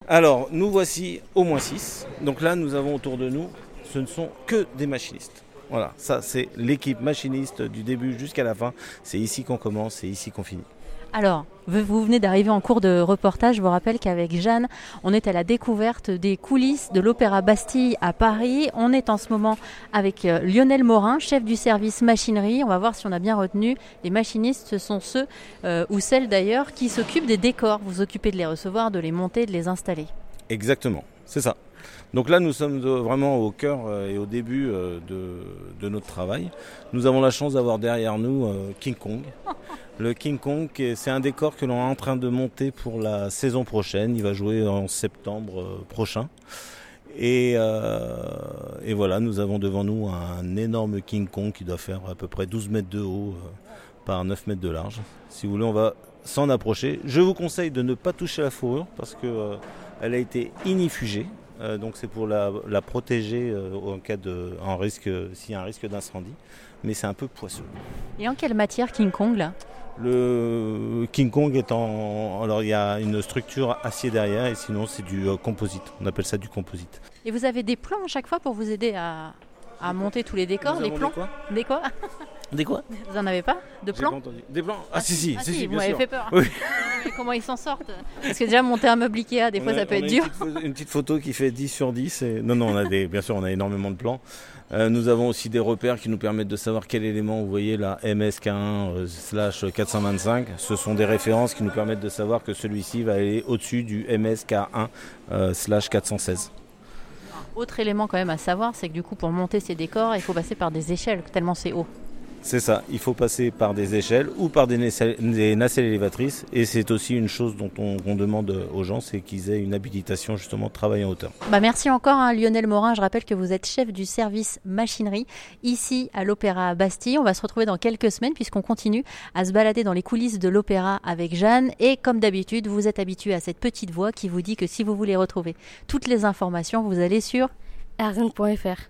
Alors, nous voici au moins 6. Donc là, nous avons autour de nous, ce ne sont que des machinistes. Voilà, ça c'est l'équipe machiniste du début jusqu'à la fin. C'est ici qu'on commence, c'est ici qu'on finit. Alors, vous venez d'arriver en cours de reportage. Je vous rappelle qu'avec Jeanne, on est à la découverte des coulisses de l'Opéra Bastille à Paris. On est en ce moment avec Lionel Morin, chef du service machinerie. On va voir si on a bien retenu. Les machinistes, ce sont ceux ou celles d'ailleurs qui s'occupent des décors. Vous vous occupez de les recevoir, de les monter, de les installer. Exactement, c'est ça. Donc là, nous sommes vraiment au cœur et au début de notre travail. Nous avons la chance d'avoir derrière nous King Kong. Le King Kong, c'est un décor que l'on est en train de monter pour la saison prochaine. Il va jouer en septembre prochain. Et voilà, nous avons devant nous un énorme King Kong qui doit faire à peu près 12 mètres de haut par 9 mètres de large. Si vous voulez, on va s'en approcher. Je vous conseille de ne pas toucher la fourrure parce qu'elle a été inifugée. Donc c'est pour la protéger en cas s'il y a un risque d'incendie. Mais c'est un peu poisseux. Et en quelle matière King Kong là ? Le King Kong alors il y a une structure acier derrière et sinon c'est du composite. On appelle ça du composite. Et vous avez des plans à chaque fois pour vous aider à monter tous les décors, les plans ? Des quoi ? Des quoi ? Vous en avez pas de plans ? Des plans ? Ah si, vous bien m'avez sûr. fait peur. Oui. Mais comment ils s'en sortent ? Parce que déjà monter un meuble Ikea, des fois ça peut être dur. Une petite photo qui fait 10 sur 10. Non, bien sûr on a énormément de plans. Nous avons aussi des repères qui nous permettent de savoir quel élément, vous voyez la MSK1/425. Ce sont des références qui nous permettent de savoir que celui-ci va aller au-dessus du MSK1/416. Autre élément quand même à savoir, c'est que du coup pour monter ces décors, il faut passer par des échelles, tellement c'est haut. C'est ça, il faut passer par des échelles ou par des nacelles élévatrices. Et c'est aussi une chose dont on demande aux gens, c'est qu'ils aient une habilitation justement de travail en hauteur. Merci encore Lionel Morin, je rappelle que vous êtes chef du service machinerie ici à l'Opéra Bastille. On va se retrouver dans quelques semaines puisqu'on continue à se balader dans les coulisses de l'Opéra avec Jeanne. Et comme d'habitude, vous êtes habitué à cette petite voix qui vous dit que si vous voulez retrouver toutes les informations, vous allez sur arzen.fr.